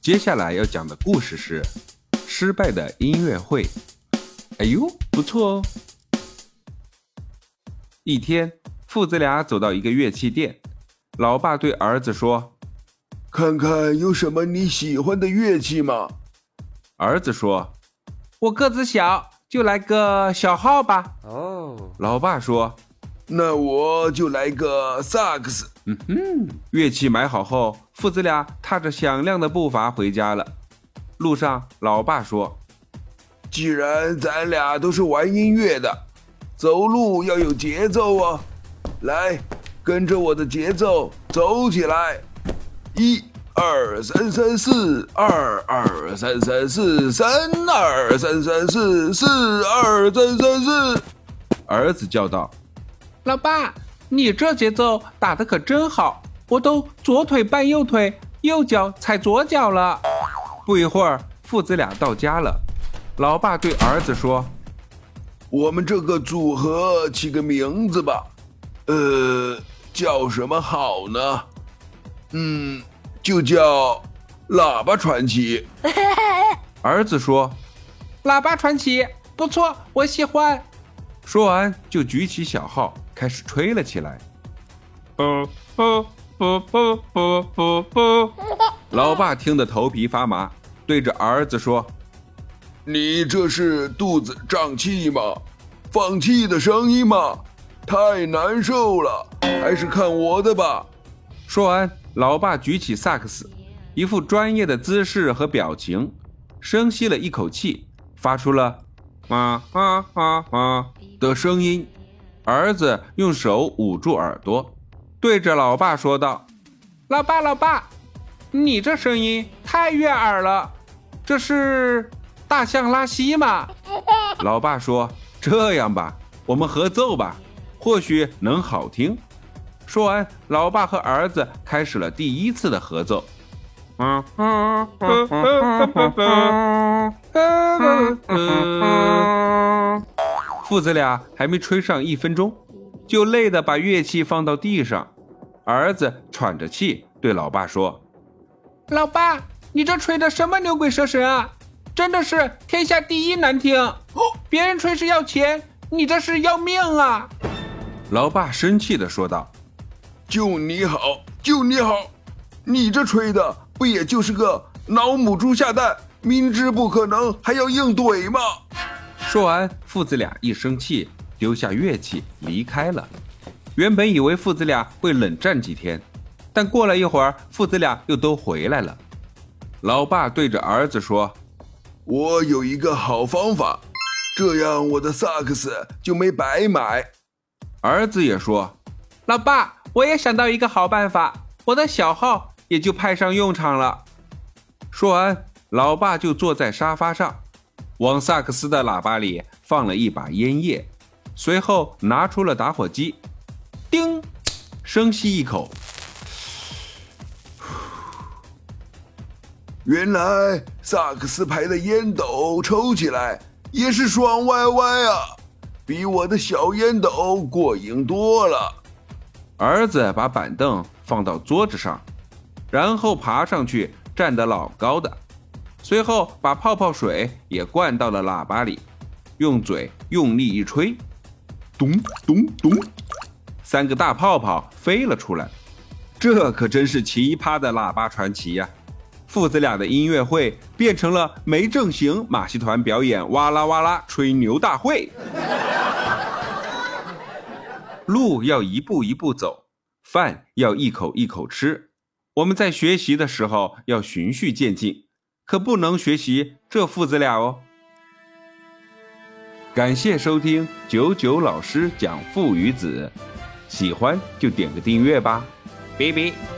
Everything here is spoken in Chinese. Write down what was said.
接下来要讲的故事是失败的音乐会。哎呦，不错哦。一天，父子俩走到一个乐器店，老爸对儿子说： 看看有什么你喜欢的乐器吗？ 儿子说：我个子小，就来个小号吧。老爸说： 那我就来个萨克斯。 乐器买好后，父子俩踏着响亮的步伐回家了。路上，老爸说： 既然咱俩都是玩音乐的，走路要有节奏哦。来，跟着我的节奏走起来！1、2、3、3、4，2、2、3、3、4，3、2、3、3、4，4、2、3、3、4。 儿子叫道：老爸，你这节奏打得可真好，我都左腿绊右腿，右脚踩左脚了。不一会儿，父子俩到家了。老爸对儿子说： 我们这个组合起个名字吧，叫什么好呢？就叫喇叭传奇。 儿子说：喇叭传奇不错，我喜欢。说完就举起小号开始吹了起来。老爸听得头皮发麻，对着儿子说： 你这是肚子胀气吗？放气的声音吗？太难受了，还是看我的吧。 说完，老爸举起萨克斯，一副专业的姿势和表情，深吸了一口气，发出了的声音。儿子用手捂住耳朵，对着老爸说道：老爸，你这声音太悦耳了，这是大象拉稀吗？老爸说：这样吧，我们合奏吧，或许能好听。说完，老爸和儿子开始了第一次的合奏。父子俩还没吹上1分钟，就累得把乐器放到地上。儿子喘着气对老爸说：老爸，你这吹的什么牛鬼蛇神啊，真的是天下第一难听，别人吹是要钱，你这是要命啊。老爸生气地说道： 就你好，你这吹的不也就是个脑母猪下蛋，明知不可能还要硬怼吗？ 说完，父子俩一生气，丢下乐器离开了。原本以为父子俩会冷战几天，但过了一会儿，父子俩又都回来了。老爸对着儿子说： 我有一个好方法，这样我的萨克斯就没白买。 儿子也说：老爸，我也想到一个好办法，我的小号也就派上用场了。说完，老爸就坐在沙发上，往萨克斯的喇叭里放了一把烟叶，随后拿出了打火机，叮，深吸一口。 原来萨克斯牌的烟斗抽起来也是爽歪歪啊，比我的小烟斗过瘾多了。 儿子把板凳放到桌子上，然后爬上去站得老高的，随后把泡泡水也灌到了喇叭里，用嘴用力一吹，咚咚咚，3个大泡泡飞了出来。这可真是奇葩的喇叭传奇呀！父子俩的音乐会变成了没正形马戏团表演哇啦哇啦吹牛大会。路要一步一步走，饭要一口一口吃。我们在学习的时候要循序渐进，可不能学习这父子俩哦。感谢收听99老师讲父与子，喜欢就点个订阅吧，拜拜。